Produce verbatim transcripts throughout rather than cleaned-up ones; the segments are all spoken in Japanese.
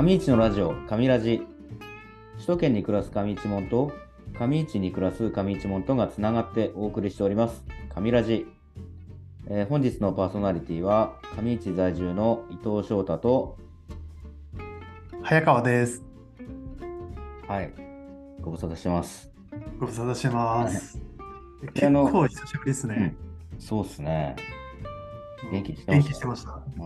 上市のラジオ、上ラジ。首都圏に暮らす上市門と、上市に暮らす上市門とがつながってお送りしております。上ラジ。えー本日のパーソナリティは、上市在住の伊藤翔太と、 早川です。 はい、ご無沙汰してます。 ご無沙汰してまはいす。 であ結の、 構久しぶりですうん、 ね。 そうっすね。元気してま元した。 気してました。 うん、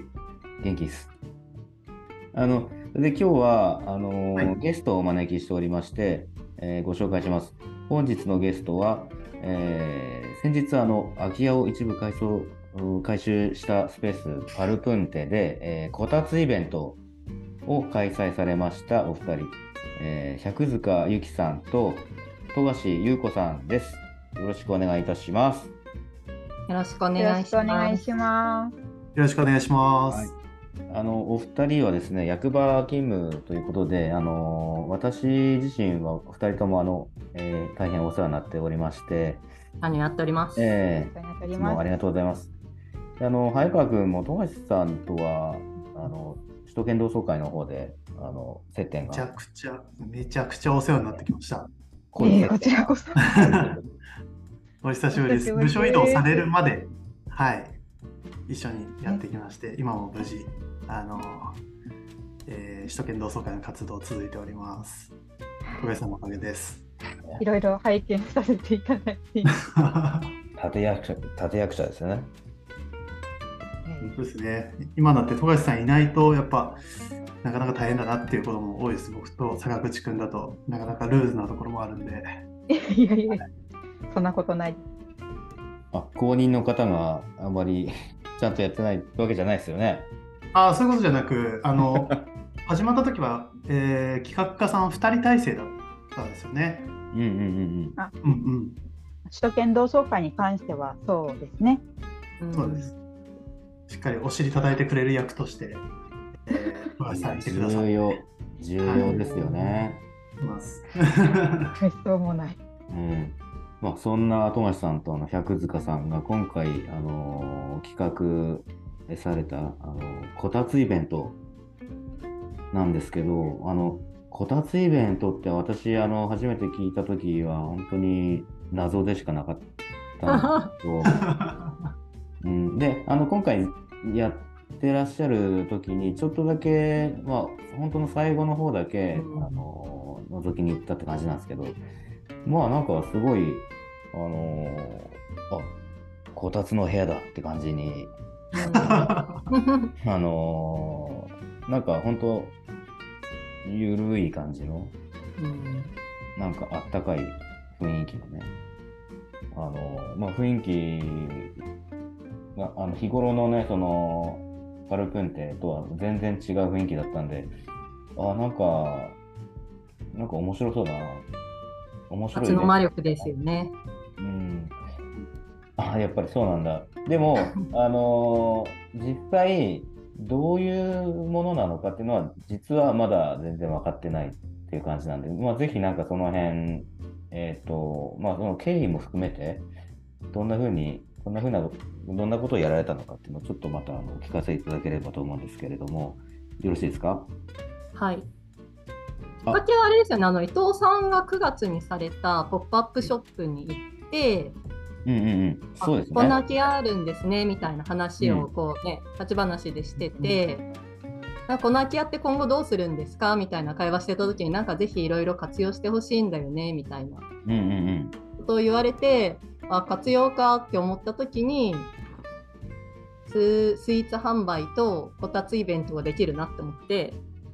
元気です。あの、で、今日は、あのはい。 ーゲストをお招きしておりまして、えーご紹介します。本日のゲストは、えー先日、あの、空き家を一部改装、うん改修したスペース、パルプンテで、えーこたつイベントを開催されましたお二人、えー百塚由紀さんと富樫優子さんです。よろしくお願いいたします。 よろしくおよろ願いししくお願います。 します。 よろしくお願いしまはい。 す。 あの、お二人はですね、役場勤務ということで、あの、私自身はお二人とも、あの、えー大変お世話になっておりまして、 何になっております。 えお世話になっておーいります。 つもありがとうございます。であの、早川君も富樫さんとは、あの、首都圏同窓会の方で、あの、接点めちゃが、 くちゃ、めちゃくちゃお世話になってきました。 濃いえー、こ接点がちらこそ。 あるということで。 お久しぶりです。部お久しぶりです。 署移動されるまで、はい、一緒にやってきまして、今も無事、あの、えー首都圏同窓会の活動続いております。小林さんのおかげです。 いろいろ拝見させていただいています。 立役者、立役者ですよね。 本当ですね。今だって富樫さんいないと、やっぱ、なかなか大変だなっていうことも多いです。僕と坂口くんだと、なかなかルーズなところもあるんで。 いやいやいや、そんなことない。 あ、公認の方があんまりちゃんとやってないわけじゃないですよね。 ああ、そういうことじゃなく、あの、始まった時は、えー企画家さんふたり体制だったんですよね。 うんうんうんうん。 うんうん。 首都圏同窓会に関してはそうですね。 うんそうです。しっかりお尻叩いてくれる役として、えー、富樫さんいてください重要、重要ですよね。 ます。 めっそうもない。 うん。まあ、そんな富樫さんとあの百塚さんが今回、あのー企画された、あのーこたつイベントなんですけど、あの、こたつイベントって私、あの、初めて聞いたときは本当に謎でしかなかったんですけど、うん、で、あの、今回やってらっしゃる時に、ちょっとだけ、まあ、本当の最後の方だけ、 うんあの、覗きに行ったって感じなんですけど、まあ、なんかすごい、あの、あ、こたつの部屋だって感じに、あの、なんか本当、ゆるい感じの、 うんなんかあったかい雰囲気のね、あの、まあ、雰囲気が、あの日頃のね、その、パルプンテとは全然違う雰囲気だったんで、あ、なんか、なんか面白そうだな。面白いね。 初の魔力ですよね。 うん。あ、やっぱりそうなんだ。でも、あのー実際、どういうものなのかっていうのは、実はまだ全然分かってないっていう感じなんで、まあ、ぜひなんかその辺、えっと、まあ、その経緯も含めて、どんな風に、こんな風な、どんなことをやられたのかっていうのをちょっとまたあのお聞かせいただければと思うんですけれども、よろしいですか？ はい。きっあかけはあれですよね。あの伊藤さんがくがつにされたポップアップショップに行って、 うんうんうん、 あそうですね。 こんな空き家あるんですねみたいな話をこうね、立ち話でしてて、なんかこの空き家って今後どうするんですかみたいな会話してた時に、なんかぜひいろいろ活用してほしいんだよねみたいなうんうんうん。 ことを言われて、あ、活用かって思った時にス、スイーツ販売とこたつイベントができるなって思って。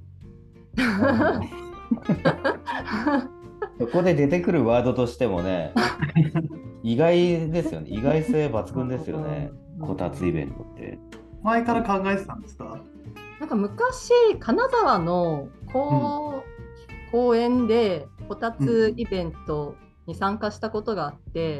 そこで出てくるワードとしてもね、意外ですよね。意外性抜群ですよね。こたつイベントって。 前から考えてたんですか？ なんか昔金沢の公,、公園でこたつイベントに参加したことがあって、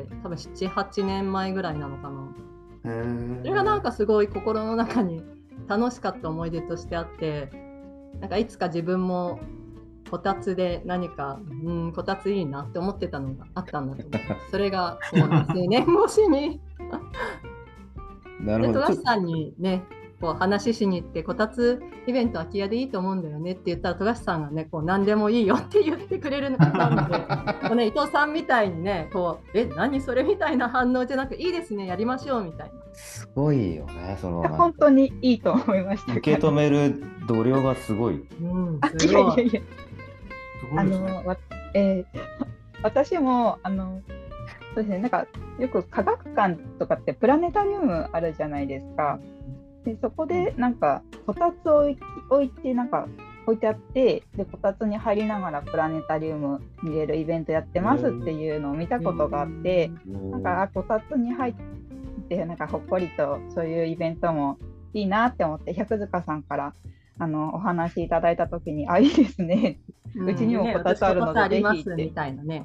多分ななはちねんまえぐらいなのかな。 へーそれがなんかすごい心の中に楽しかった思い出としてあって、なんかいつか自分もこたつで何か、うん、こたついいなって思ってたのがあったんだと思う。それがもう数年越しになるほど。 で富樫ちょさんにねこう話しに行ってこたつイベント空き家でいいと思うんだよねって言ったら富樫さんがねこう何でもいいよって言ってくれるのでこう、ね、伊藤さんみたいにねこうえ何それみたいな反応じゃなくいいですねやりましょうみたいな。 すごいよね、その本当にいいと思いました。 受け止める度量がすごい。 うん、 あ、 すごいいやいやいや。あの、わえー私もあのそうですね、なんかよく科学館とかってプラネタリウムあるじゃないですか。でそこでなんかこたつを置い置いてなんか置いてあってでこたつに入りながらプラネタリウム見れるイベントやってますっていうのを見たことがあって、なんかあこたつに入ってなんかほっこりとそういうイベントもいいなって思って百塚さんからあのお話しいただいたときにあいいですね、 うん、 うちにもこたつあるのでぜひね、ってみたいなね。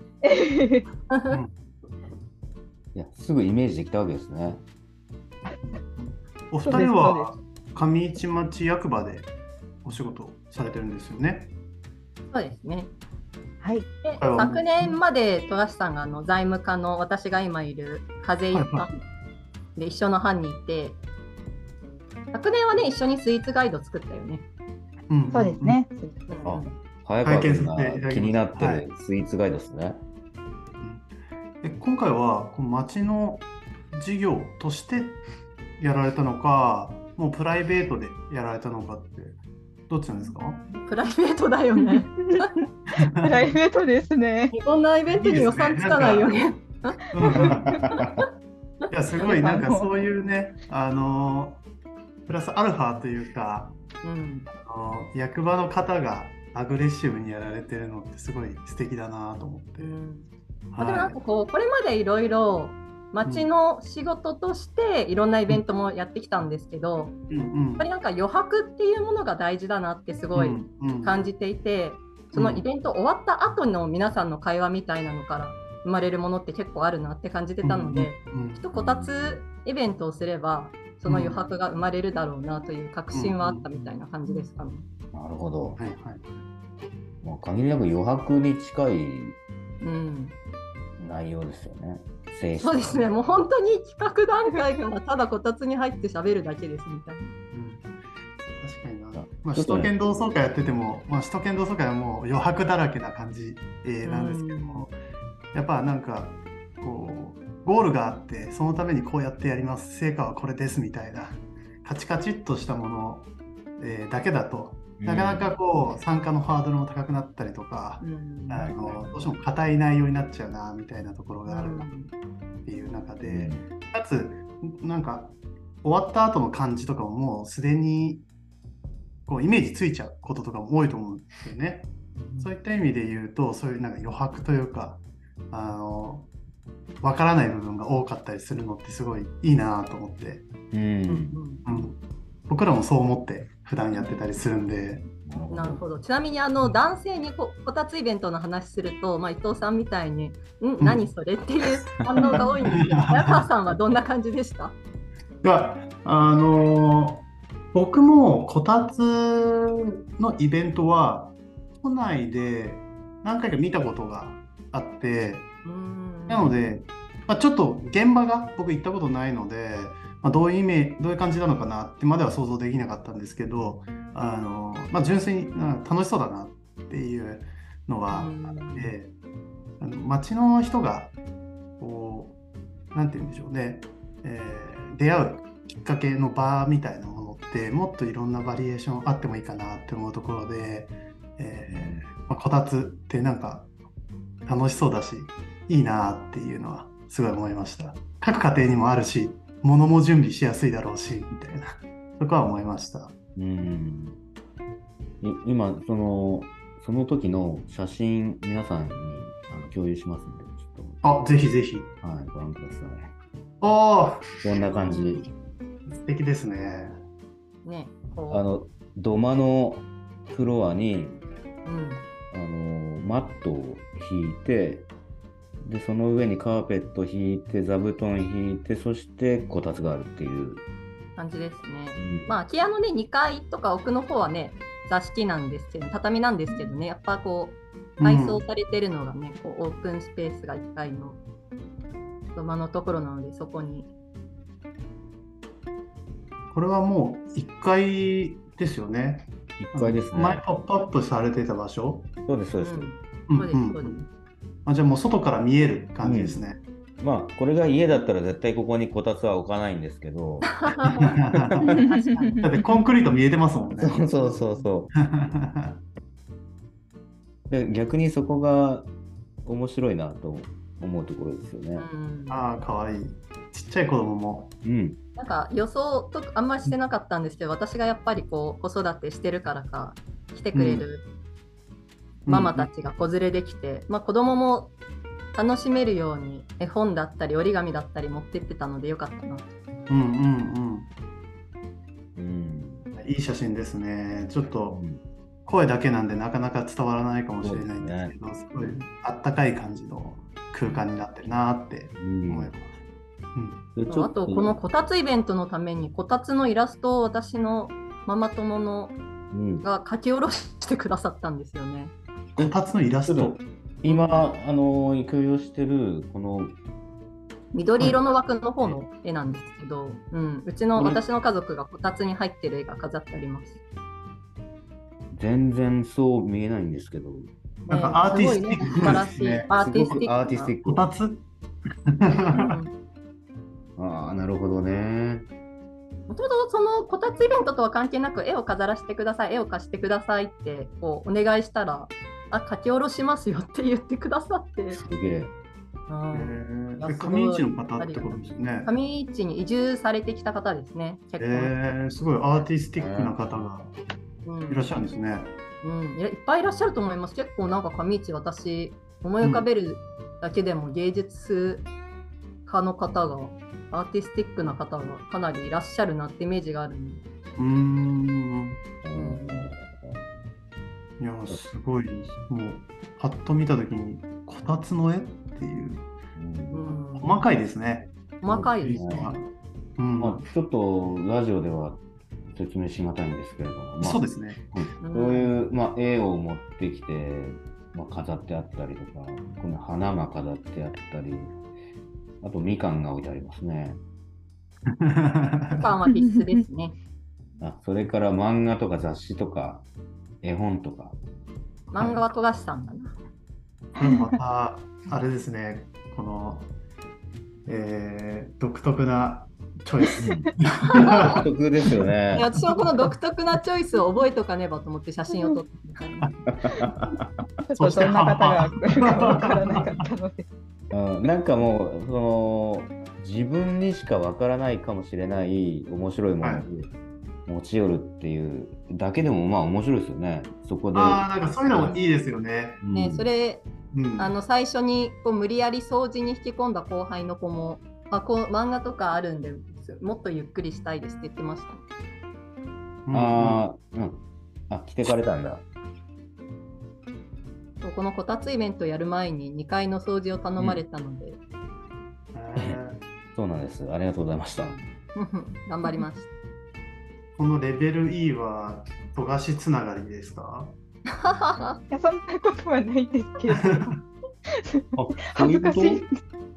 いやすぐイメージできたわけですね。 お二人は上市町役場でお仕事されてるんですよね。 そうですね。 はい。 で昨年まで富樫さんがあの財務課の私が今いる風一班で一緒の班にいて、昨年はね一緒にスイーツガイド作ったよね。 うん、そうですね。 あ、早川君が気になってるスイーツガイドですね。はい、 うん、で今回はこの町の事業としてやられたのか、もうプライベートでやられたのかってどっちなんですか？ プライベートだよね。 プライベートですね。 こんなイベントに予算つかないよね。 いやすごいなんかそういうね、あのプラスアルファというか、うん、あの役場の方がアグレッシブにやられてるのってすごい素敵だなと思って。うん、 はい、でもなんかこうこれまでいろいろ町の仕事としていろんなイベントもやってきたんですけど、うんうん、やっぱりなんか余白っていうものが大事だなってすごい感じていて、うんうん、そのイベント終わった後の皆さんの会話みたいなのから生まれるものって結構あるなって感じてたので、うんうん、きっとこたつイベントをすればその余白が生まれるだろうなという確信はあったみたいな感じですかね。 うんうん、なるほど、はいはい、まあ、限りなく余白に近い内容ですよね。 そうですね、もう本当に企画段階からただこたつに入って喋るだけですみたいな。うん、 確かにな、まあ、首都圏同窓会やってても、まあ、首都圏同窓会はもう余白だらけな感じ、えー、なんですけども、やっぱなんかこうゴールがあってそのためにこうやってやります、成果はこれですみたいなカチカチっとしたもの、えー、だけだとなかなかこう参加のハードルも高くなったりとか、うん、あのどうしても硬い内容になっちゃうなみたいなところがあるっていう中で、うん、かつなんか終わった後の感じとかももうすでにこうイメージついちゃうこととかも多いと思うんですよね。うん、そういった意味で言うとそういうなんか余白というかあの分からない部分が多かったりするのってすごいいいなと思って、うんうん、僕らもそう思って普段やってたりするんで。 なるほど。ちなみにあの男性に こ, こたつイベントの話すると、まあ、伊藤さんみたいに「ん何それ?」っていう反応が多いんですけど、早川さんはどんな感じでした？ いやあの僕もこたつのイベントは都内で何回か見たことがあって、うんなので、まあ、ちょっと現場が僕行ったことないので、まあ、どういう意味どういう感じなのかなってまでは想像できなかったんですけど、あの、まあ、純粋に楽しそうだなっていうのはあって、あの街の人がこうなんて言うんでしょうね、えー、出会うきっかけの場みたいなものってもっといろんなバリエーションあってもいいかなって思うところで、えーまあ、こたつってなんか楽しそうだしいいなっていうのはすごい思いました。各家庭にもあるし物も準備しやすいだろうしみたいなとかは思いました。うん、 今そのその時の写真皆さんにあの共有しますのでちょっとあぜひぜひ、 はい、ご覧ください。 おこんな感じ。 素敵ですね。 ねあの土間のフロアに、うん、あのマットを引いてでその上にカーペット引いて座布団引いてそしてこたつがあるっていう感じですね。うん、まあ空き家のねにかいとか奥の方はね座敷なんですけど畳なんですけどねやっぱこう改装されてるのがね、うん、こうオープンスペースがいっかいの土間のところなのでそこにこれはもういっかいですよね。 いっかいですね。 前ポップアップされていた場所。 そうです、そうです。 うんそうです、そうです。 あ、じゃあもう外から見える感じですね。 まあ、これが家だったら絶対ここにこたつは置かないんですけど、 確かに。 だってコンクリート見えてますもんね。 そうそうそうそう。で、逆にそこが面白いなと思うところですよね。 うんああ、かわいい。ちっちゃい子供も。 うん。 なんか予想とあんまりしてなかったんですけど、私がやっぱりこう子育てしてるからか来てくれるママたちが子連れできて、まあ、子供も楽しめるように絵本だったり折り紙だったり持ってってたのでよかったなと。 うんうんうん。 うん。いい写真ですね。ちょっとうん声だけなんでなかなか伝わらないかもしれないんですけど、すごいあったかい感じの空間になってるなって思います。うんでちょっあとこのこたつイベントのためにこたつのイラストを私のママ友のうん、 が書き下ろしてくださったんですよね。 こたつのイラスト。 今、あの、共有してる、この、 緑色の枠の方の絵なんですけど、うん、うちの私の家族がこたつに入ってる絵が飾ってあります。 全然そう見えないんですけど、 なんかアーティスティックね、素晴らしいですねアーティスティックすごくアーティスティック。 こたつうんああ、なるほどね。 もともとそのこたつイベントとは関係なく絵を飾らせてください、絵を貸してくださいってこうお願いしたら、あ、書き下ろしますよって言ってくださって、 すげえ。 うんえ上市の方ってことですね。 上市に移住されてきた方ですね、結構。 えー、すごいアーティスティックな方がうんいらっしゃるんですね。 うん、いやいっぱいいらっしゃると思います。結構なんか上市、私思い浮かべるだけでも芸術家の方が、アーティスティックな方がかなりいらっしゃるなってイメージがあるんで。 うーん。 うんいや、すごいです。もう、パッと見たときに、こたつの絵っていう、 うん、 細かいですね。 細かいですね。 うんまあ、ちょっとラジオでは説明しがたいんですけれども、まあ、 そうですね。 うんそういう、まあ、絵を持ってきて、まあ、飾ってあったりとか、この花が飾ってあったり、あとみかんが置いてありますね。 みかんは必須ですね。 あ、それから漫画とか雑誌とか絵本とか。 漫画は富樫さんだな。 これまた、あれですね、この、えー、独特なチョイス。 独特ですよいねや。私もこの独特なチョイスを覚えとかねばと思って写真を撮ってみたいな。 ちょっとどんな方が来るかわからなかったので。 うん、なんかもうその自分にしかわからないかもしれない面白いものを持ち寄るっていうだけでもまあ面白いですよね。そこで。 ああ、なんかそういうのもいいですよね。 うんね、それうん、 あの最初にこう無理やり掃除に引き込んだ後輩の子も、あ、こう漫画とかあるんでもっとゆっくりしたいですって言ってました。 うんあー、うん。あ、来てかれたんだ。 そうこのこたつイベントやる前ににかいの掃除を頼まれたので、 えそうなんです。ありがとうございました。 頑張りましーこのレベル E は富樫つながりですか？ た。 いや、そんなことはないんですけれど。 あ、 恥ずかしい。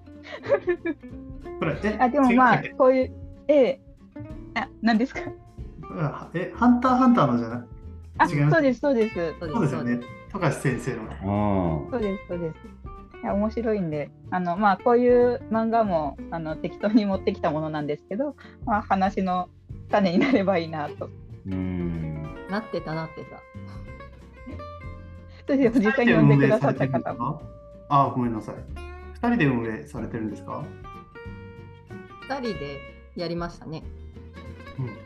これ、え、 あ、でもまあ違うっけ、 こういう、ええ、あ、何ですか。 え、ハンターハンターのじゃない？ あ、 違いますそうです、そうです。 そうそうですよね。富樫先生の。 あそうです、そうです。いや、面白いんで、あの、まあ、こういう漫画も、あの、適当に持ってきたものなんですけど、まあ、話の種になればいいなと。 ー。うーん。 なってたなってた。 それで実際に読んでくださった方も。 も。あ、ごめんなさい。ふたりで運営されてるんですか？ ふたりでやりましたね。 うんうん。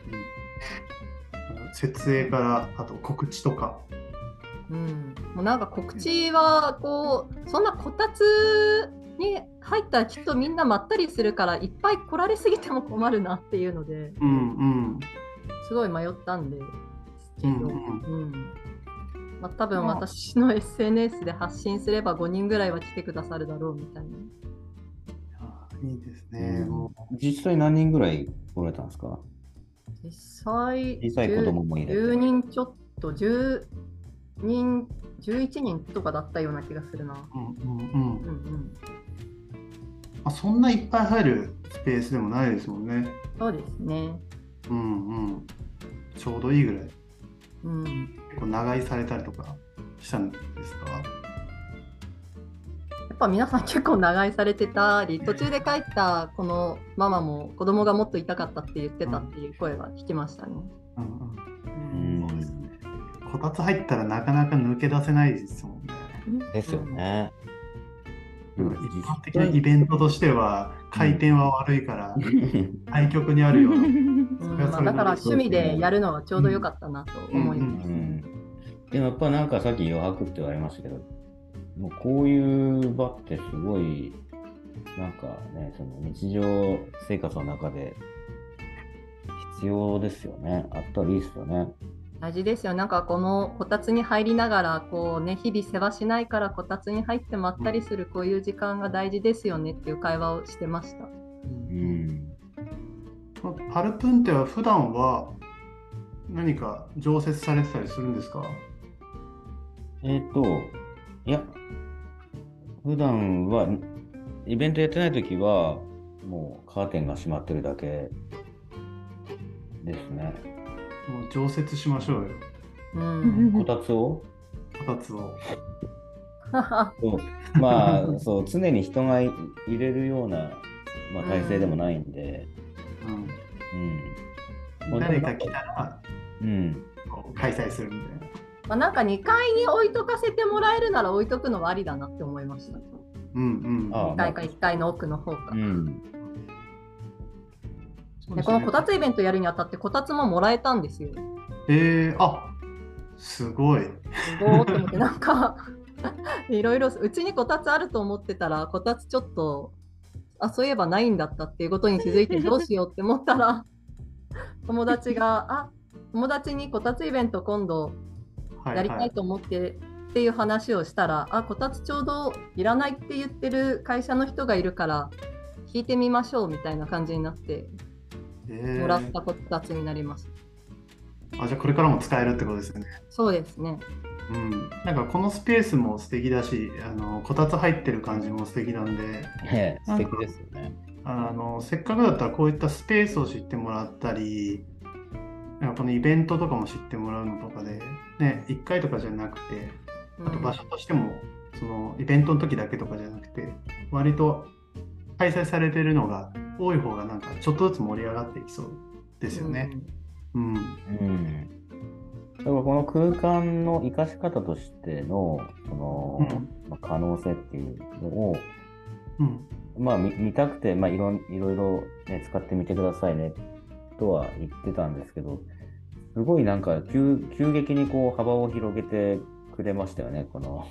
設営からあと告知とか。 うん、もうなんか告知はこうそんなこたつに入ったらきっとみんなまったりするからいっぱい来られすぎても困るなっていうのでうんうん。 すごい迷ったんですけど、 うんうんうんまあ、多分私の エスエヌエス で発信すればごにんぐらいは来てくださるだろうみたいな。 あいいですね。も実際何人ぐらいおられたんですか？ 実際小さい子供も入れてじゅうにんちょっとじゅうにんじゅういちにんとかだったような気がするな。 ううんうんうん。 うんうんあ、そんないっぱい入るスペースでもないですもんね。 そうですね。 うんうん。ちょうどいいぐらい。 うん、 結構長居されたりとかしたんですか？ やっぱ皆さん結構長居されてたり、途中で帰ったこのママも子供がもっと痛かったって言ってたっていう声は聞きましたね。 うんうんうん、そうですね。こたつ入ったらなかなか抜け出せないですもんね。 ですよね。 うん、一般的なイベントとしては回転は悪いから対極にあるような。 うんまあ、だから趣味でやるのはちょうど良かったなと思います。 でもやっぱなんかさっき余白って言われましたけど、もうこういう場ってすごいなんかね、その日常生活の中で必要ですよね。あったらいいですよね。 大事ですよ。なんかこのこたつに入りながらこうね、日々世話しないからこたつに入ってまったりするこういう時間が大事ですよねっていう会話をしてました。 うん。 パルプンテは普段は何か常設されてたりするんですか？ えっと、いや、普段はイベントやってないときはもうカーテンが閉まってるだけですね。 もう常設しましょうよ。 うん、 こたつをこたつを。 そうまあそう常に人が入れるような、まあ、体制でもないんで、 うんうん、誰か来たら、うん、開催するみたいな。 まあなんかにかいに置いとかせてもらえるなら置いとくのはありだなって思いました。うんうん、にかいかいっかいの奥の方が。うんでこのこたつイベントやるにあたってこたつももらえたんですよ。 えー、あすごい。すごいって思ってなんかいろいろうちにこたつあると思ってたらこたつちょっとあそういえばないんだったっていうことに気づいてどうしようって思ったら友達があ友達にこたつイベント今度やりたいと思ってっていう話をしたら、はいはい、あこたつちょうどいらないって言ってる会社の人がいるから聞いてみましょうみたいな感じになって、えー、もらったこたつになります。 あじゃあこれからも使えるってことですよね。 そうですね。 うん、なんかこのスペースも素敵だし、あのこたつ入ってる感じも素敵なんで、 ええ、素敵ですよね。 あのせっかくだったらこういったスペースを知ってもらったり、なんかこのイベントとかも知ってもらうのとかで、ね、いっかいとかじゃなくて、あと場所としても、うん、そのイベントの時だけとかじゃなくて、割と開催されてるのが多い方がなんかちょっとずつ盛り上がっていきそうですよね。うん。うんうんだからこの空間の生かし方としてのその、うんまあ、可能性っていうのを、うんまあ、見, 見たくて、まあ、いろいろ、ね、使ってみてくださいねとは言ってたんですけど、すごいなんか 急, 急激にこう幅を広げてくれましたよね、この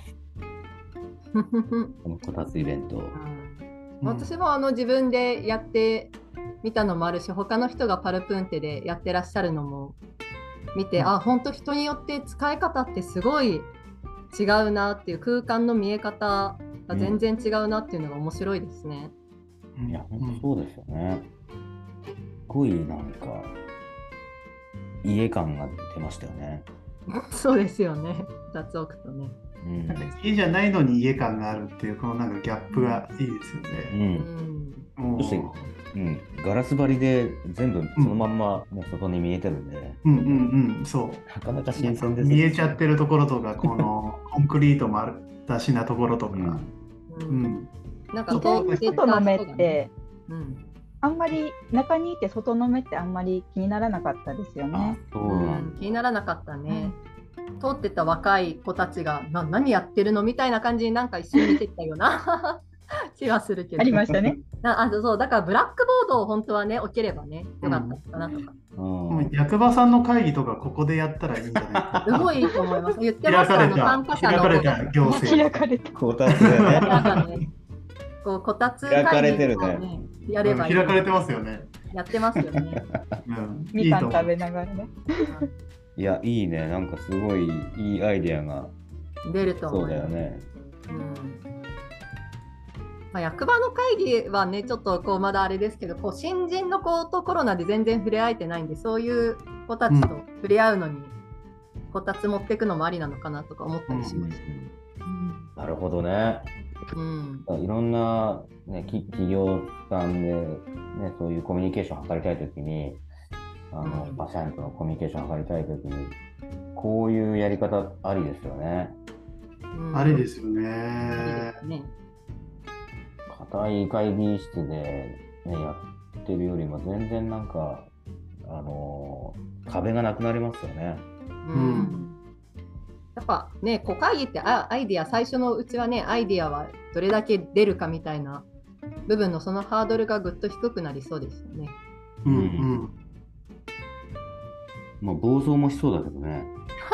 このこたつイベント。 うん、私もあの自分でやってみたのもあるし、他の人がパルプンテでやってらっしゃるのも見て、うん、あ本当人によって使い方ってすごい違うなっていう、空間の見え方が全然違うなっていうのが面白いですね。 うん、いや本当そうですよね。すごいなんか家感が出ましたよね。 そうですよね。ふたつ置くとね。 うん、なんか家じゃないのに家感があるっていうこのなんかギャップがいいですよね。うん。 うん、そして、うん、ガラス張りで全部そのまんま、ねうん、外に見えてるんで。 うんうんうん、そう。 なかなか新鮮ですね。 見えちゃってるところとか、このコンクリート丸出しなところとか。うん。 うん、なんか外の目って、うん、あんまり中にいて外の目ってあんまり気にならなかったですよね。 そうなん、うん、気にならなかったね。うん、通ってた若い子たちがな何やってるのみたいな感じになんか一瞬見てたような気がするけど。 ありましたね。 あそうだからブラックボードを本当はね置ければねよかったかなとか。 うん、役場さんの会議とかここでやったらいいんじゃないか。 すごいいいと思います。言ってました。 開かれた参加者の開かれた行政。 開かれた。 こたつでね。 ねこうこたつ開かれてるね。 やればいい、 うん。開かれてますよね。 やってますよね。 うん、みかん食べながらね。 いやいいね、なんかすごいいいアイデアが出ると思う。 そうだよね。 うんまあ、役場の会議はねちょっとこうまだあれですけど、こう新人の子とコロナで全然触れ合えてないんで、そういう子たちと触れ合うのに、うん、こたつ持っていくのもありなのかなとか思ったりしました。 うん、なるほどね。うん、いろんな、ね、企業さんで、ね、そういうコミュニケーションを図りたいときにあの、 うんパシャンとのコミュニケーションを図りたいときに、こういうやり方ありですよね。 うんありですよいいでね。 すね。 硬い会議室で、ね、やってるよりも全然なんか、あのー壁がなくなりますよね。 うんんやっぱね、こう会議ってあアイディア、最初のうちはね、アイディアはどれだけ出るかみたいな部分のそのハードルがぐっと低くなりそうですよね。 うんうん。 まあ暴走もしそうだけどね。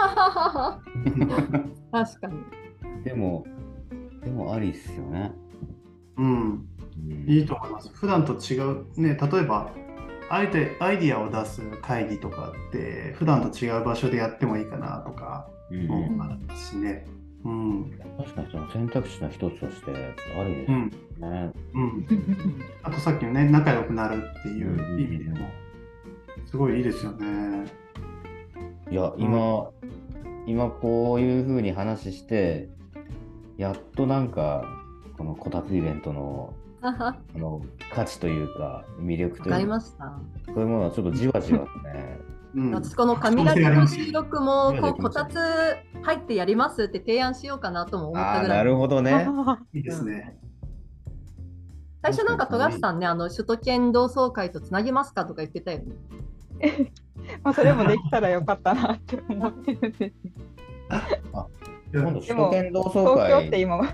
確かに。 でも、でもありっすよね。 うん。 うんいいと思います。普段と違う、ね、例えば、あえてアイディアを出す会議とかって、普段と違う場所でやってもいいかなとかうんもありますしね。うん。 確かにその選択肢の一つとしてありですうん。 ね。 うん。あとさっきのね、仲良くなるっていう意味でも、すごいいいですよね。 いや、今、今こういうふうに話して、やっとなんか、このこたつイベントのわあの価値というか、魅力とかりいうか、 ました。 そういうものはちょっとじわじわとね、 うん。 私この神ラジの収録もこうこたつ入ってやりますって提案しようかなとも思ったぐらい。 あーなるほどね。 いいですね。 最初なんか富樫さんね、あの首都圏同窓会とつなぎますかとか言ってたよね。 まあそれもできたらよかったなって思ってるんです。 今度、首でも都圏同窓東京って会。 今は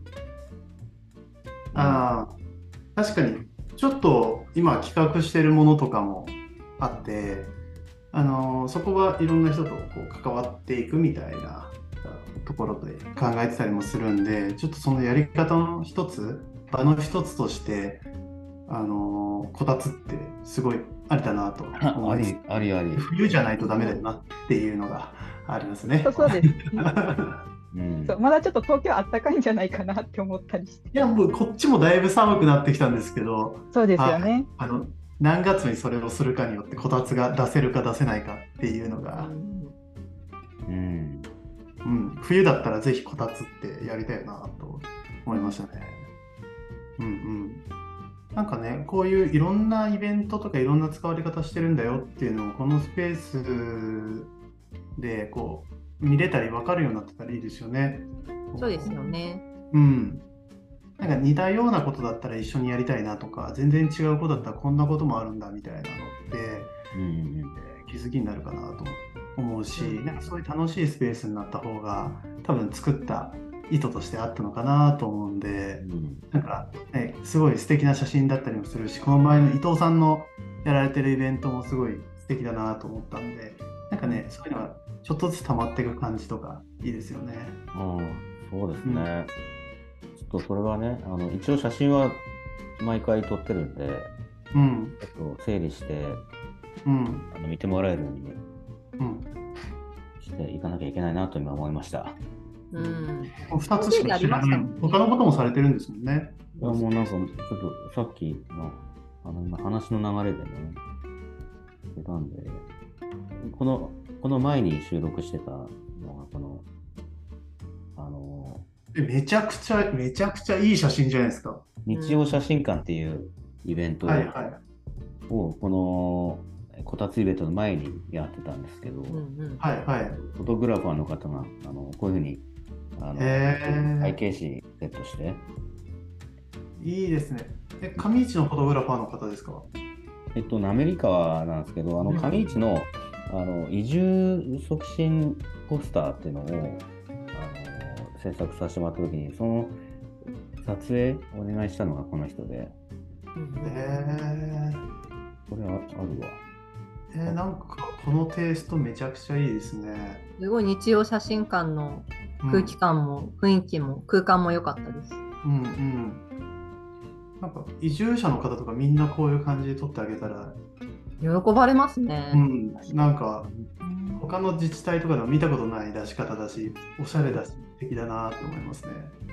ああ、確かに、ちょっと今企画してるものとかもあって、あのーそこはいろんな人とこう関わっていくみたいなところで考えてたりもするんで、ちょっとそのやり方の一つ、場の一つとして、あのーこたつってすごいありだなと思あいますり、ありあり。 冬じゃないとダメだよなっていうのがありますねそ。うそうです。 うんそうまだちょっと東京あったかいんじゃないかなって思ったりして。 いや、もうこっちもだいぶ寒くなってきたんですけど、 そうですよね。 あの何月にそれをするかによってこたつが出せるか出せないかっていうのが、 うんうん、冬だったらぜひこたつってやりたいなと思いましたね。うんうん。なんかね、こういういろんなイベントとかいろんな使われ方してるんだよっていうのをこのスペースでこう見れたり分かるようになってたらいいですよね。 そうですよね。 うん。なんか似たようなことだったら一緒にやりたいなとか、全然違うことだったらこんなこともあるんだみたいなのって、 うんうんえー気づきになるかなと思うし、なんかそういう楽しいスペースになった方が多分作った意図としてあったのかなと思うんで、 うんなんか、ね、すごい素敵な写真だったりもするし、この前の伊藤さんのやられてるイベントもすごい素敵だなと思ったんで、なんかね、そういうのがちょっとずつ溜まっていく感じとかいいですよね。 ああ、そうですね。ちょっとそれはね、あの一応写真は毎回撮ってるんで、 うん、 ちょっと整理してうん、 あの見てもらえるようにうん。 していかなきゃいけないなと今思いました。 うん。 ふたつしか知らない。 ありましたもんね他のこともされてるんですもんね。 いやもうなんかちょっとさっきのあの今話の流れでね、出たんで、このこの前に収録してたのがこのあのえめちゃくちゃ、めちゃくちゃいい写真じゃないですか。 日曜写真館っていうイベントを、 はいはい。 このこたつイベントの前にやってたんですけど、 うんうん。 はいはい。 フォトグラファーの方があのこういうふうにあのへー背景紙セットして、 いいですね。え、上市のフォトグラファーの方ですか？ えっと、アメリカなんですけど、あのうん上市のあの移住促進ポスターっていうのをあの制作させてもらったときに、その撮影お願いしたのがこの人で、 うんへこれはあるわ。 えー、なんかこのテイストめちゃくちゃいいですね。 すごい日曜写真館の空気感も雰囲気も空間も良かったです。 うんうん。なんか移住者の方とかみんなこういう感じで撮ってあげたら、 喜ばれますね。 うん、なんか他の自治体とかでも見たことない出し方だし、おしゃれだし、素敵だなと思いますね。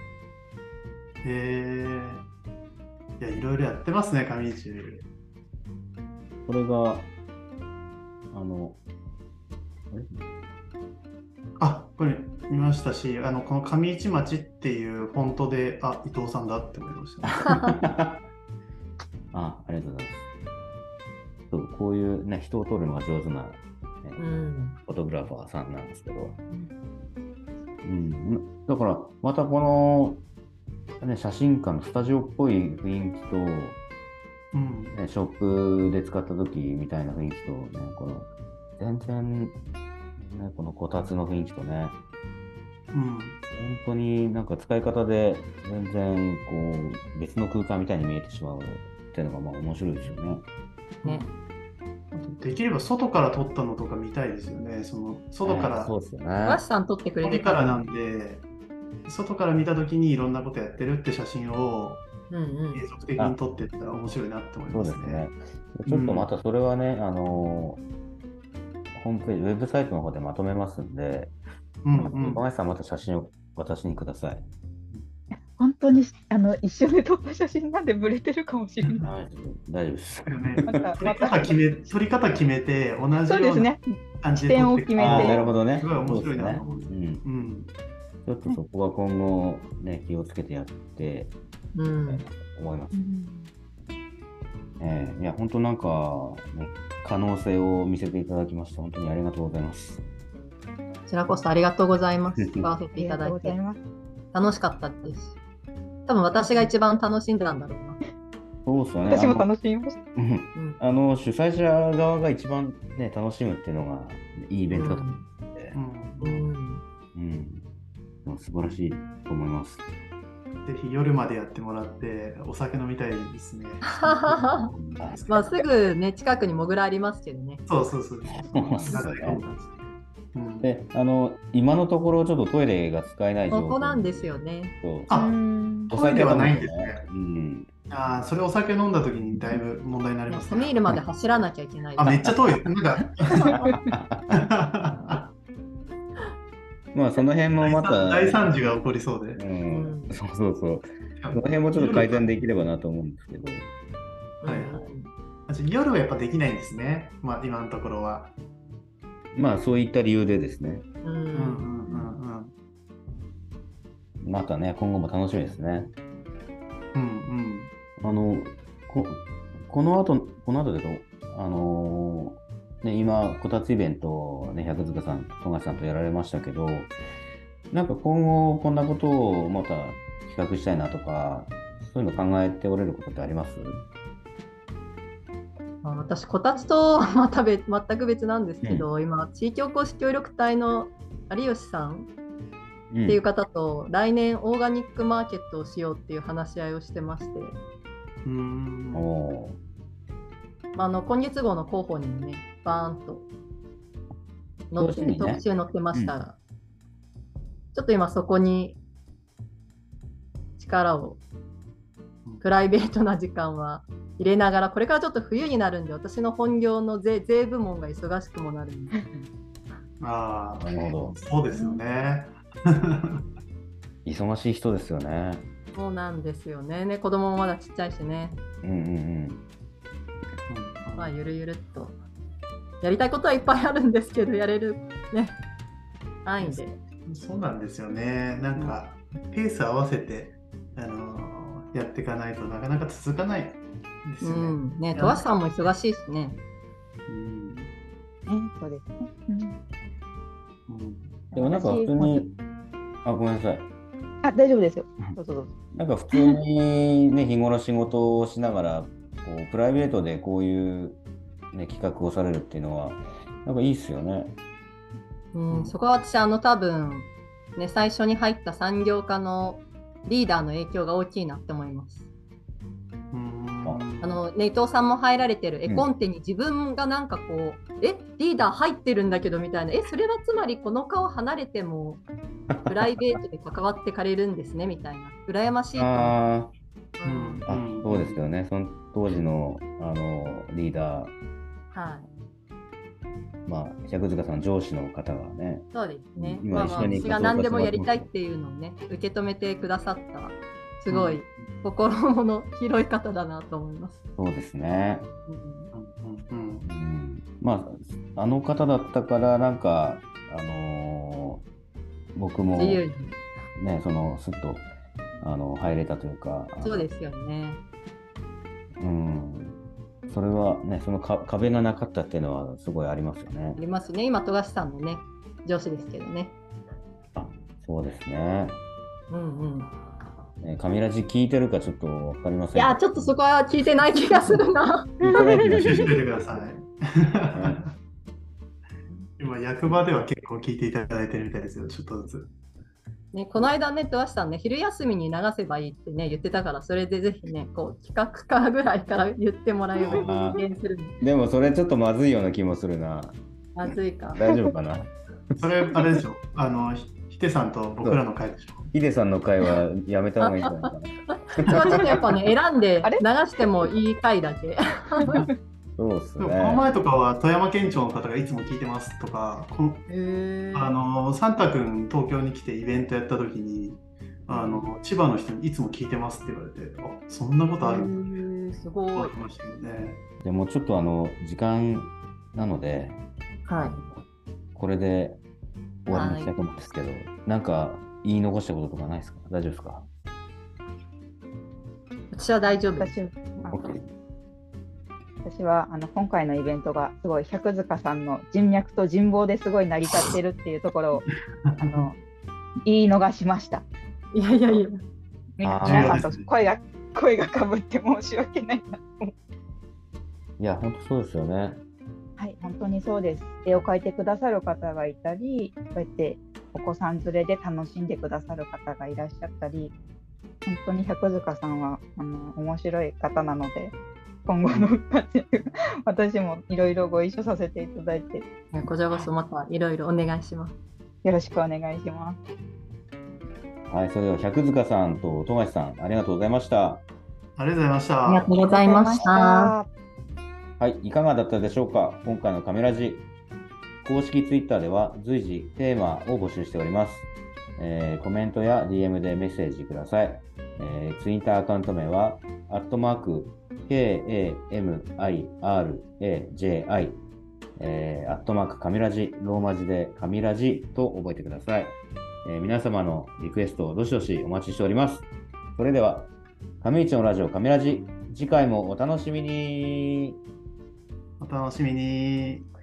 へえ。いや、いろいろやってますね、上市。 これが、あの、あれあ、これ見ましたし、あのこの上市町っていうフォントで、あ、伊藤さんだって思いました。 あ、ありがとうございます。そう、 こういうね、人を撮るのが上手な、ねうん。 フォトグラファーさんなんですけど、うん、だからまたこの、ね、写真館のスタジオっぽい雰囲気と、 うんね、ショップで使った時みたいな雰囲気と、ね、この全然、ね、このこたつの雰囲気とね、 うん本当になんか使い方で全然こう別の空間みたいに見えてしまうっていうのがまあ面白いですよね。 ね。 できれば外から撮ったのとか見たいですよね。その外から、 ねそうですよ高橋ね。 さん撮ってくれて鳥からなんで、外から見たときにいろんなことやってるって写真をうんうん。 継続的に撮っていったら面白いなって思いそうまね。 ですすね。ちょっとまたそれはね、あのホームページ、ウェブサイトの方でまとめますんで、 うんうん高橋さんまた写真を私にください。 本当にあの一緒に撮った写真なんでブレてるかもしれない。 はい、大丈夫です。 ねまた撮り方決め、撮り方決めて同じようなそうですね。 感じで撮っていく視点を決めてああ、なるほどね。 すごい面白いなそうと思うんですすでね。うん。 うんちょっとそこは今後ね、気をつけてやってうん。 思います。 うんええいや、本当なんか、ね、可能性を見せていただきまして、本当にありがとうございます。 こちらこそありがとうございます。使わせてありがといただいてうございます。 楽しかったです。多分私が一番楽しんだんだろうな。 そうですよね。 私もあの楽しみました。 うんうん。 あの主催者側が一番、ね、楽しむっていうのがいいイベントだと思って、 うんうん。 うんでも素晴らしいと思います。 ぜひ夜までやってもらってお酒飲みたいですね。 まあすぐね、近くにモグラありますけどね。 そうそうそう。 そうっすね仲良い感じうんで、あの、今のところちょっとトイレが使えない状況ここなんですよね。 そうあうんおトイレはないん飲むとですね。 うん。 ああ、それお酒飲んだ時にだいぶ問題になりますセミールまで走らなきゃいけない。 あ、めっちゃ遠い。なんかまあ、その辺もまた、 大惨事が起こりそうで。 うん、そうそうそう。その辺もちょっと改善できればなと思うんですけど。 はいはいあ夜はやっぱできないんですね。まあ今のところは。 まあ、そういった理由でですね。 うん。 うんうんうんうん。 またね、今後も楽しみですね。 うんあの、ここの後、この後でと、あのーね、今、こたつイベントをね、百塚さん、富樫さんとやられましたけど、なんか今後こんなことをまた企画したいなとか、そういうの考えておれることってあります？ まあ私、こたつとまた別全く別なんですけど、今、地域おこし協力隊の有吉さんうんっていう方と、来年オーガニックマーケットをしようっていう話し合いをしてまして、 うん。うーん。 おーまあ、あの今月号の広報にもね、バーンと載って、 表紙にね特集載ってましたが、ちょっと今そこに力を、プライベートな時間は入れながら、これからちょっと冬になるんで、私の本業の税税部門が忙しくもなるんで、 ああ、 なるほど。 そうですよね。 忙しい人ですよね。 そうなんですよね。ね、子供もまだちっちゃいしね、 うんうんうん。 まあゆるゆるっと。やりたいことはいっぱいあるんですけど、やれるね、範囲で。 そうなんですよね。なんか、ペース合わせて、あのーやっていかないとなかなか続かないですうよね。 ん、ね、とわしさんも忙しいしね。 うんね、そうですね。うんうんでもなんか普通に、あ、ごめんなさい。 あ、大丈夫ですよ。どうぞどうぞ。 なんか普通にね、日頃仕事をしながら、こうプライベートでこういう、ね、企画をされるっていうのは、なんかいいっすよね。 うん、そこは私、あの多分、ね、最初に入った産業科のリーダーの影響が大きいなって思います。 うんあのね、伊藤さんも入られてるうん絵コンテに自分がなんかこう、えリーダー入ってるんだけどみたいな、えそれはつまりこの顔離れてもプライベートで関わってかれるんですねみたいな、羨ましいと思う。 あうんーあ、そうですよね。その当時のあのリーダー、 はい、 まあ、百塚さん上司の方がね、 そうですね。 今まあまあ一緒に私が何でもやりたいっていうのをね、受け止めてくださった、すごい心の広い方だなと思います。 そうですね。 うんうんうんうん、まあ、あの方だったから、なんか、あのー僕も、 自由に。 ね、その、すっと、あの、入れたというか、あのそうですよね。 うん。 それはね、そのか壁がなかったっていうのはすごいありますよね。 ありますね。今、富樫さんのね、上司ですけどね。 あ、そうですね。 うんうん。 ね、神ラジ聞いてるかちょっとわかりませんいや、ちょっとそこは聞いてない気がするな。 聞いてない気が練習しする。 ておいてください。今、役場では結構聞いていただいてるみたいですよ、ちょっとずつ。 ね、この間ね、富樫さんね、昼休みに流せばいいってね、言ってたから、それでぜひね、こう企画化ぐらいから言ってもらえれば実現するの。 でもそれちょっとまずいような気もするな。 まずいか。 大丈夫かな。 それ、あれでしょ、あの、ひひてさんと僕らの会でしょ。 ヒデさんの回はやめた方がいいんじゃないかな。 それはちょっとやっぱね、選んであれ流してもいい回だけ。 そうっすでもこのね。 前とかは富山県庁の方がいつも聞いてますとか、このへあのサンタ君東京に来てイベントやった時に、あの千葉の人にいつも聞いてますって言われて、あ、そんなことあるんだすごい。 と思いましたよね。 じゃあもうちょっとあの時間なので、 はい。 これで終わりにしたいと思うんですけど、なんか言い残したこととかないですか？大丈夫ですか？ 私は大丈夫です。 私あ OK。 私はあの今回のイベントがすごい百塚さんの人脈と人望ですごい成り立ってるっていうところをあの言い逃しました。 いやいやいや。 みあー皆さんと声が声がかぶって申し訳ないなと思う。 いや、本当そうですよね。 はい、本当にそうです。絵を描いてくださる方がいたり、こうやってお子さん連れで楽しんでくださる方がいらっしゃったり、本当に百塚さんはあの面白い方なので、今後の活躍私もいろいろご一緒させていただいて、 こちらこそまたいろいろお願いします。 よろしくお願いします。 はい、それでは百塚さんと富樫さん、ありがとうございました。 ありがとうございました。 ありがとうございました。 はい、いかがだったでしょうか。今回のカメラジ公式ツイッターでは随時テーマを募集しております。えーコメントや ディーエム でメッセージください。えー、ツイッターアカウント名は、アットマーク、ケーエーエムアイアールエージェーアイ、えー、アットマークカミラジ、ローマ字でカミラジと覚えてください。えー皆様のリクエストをどしどしお待ちしております。それでは、上市のラジオカミラジ、次回もお楽しみに。 お楽しみに。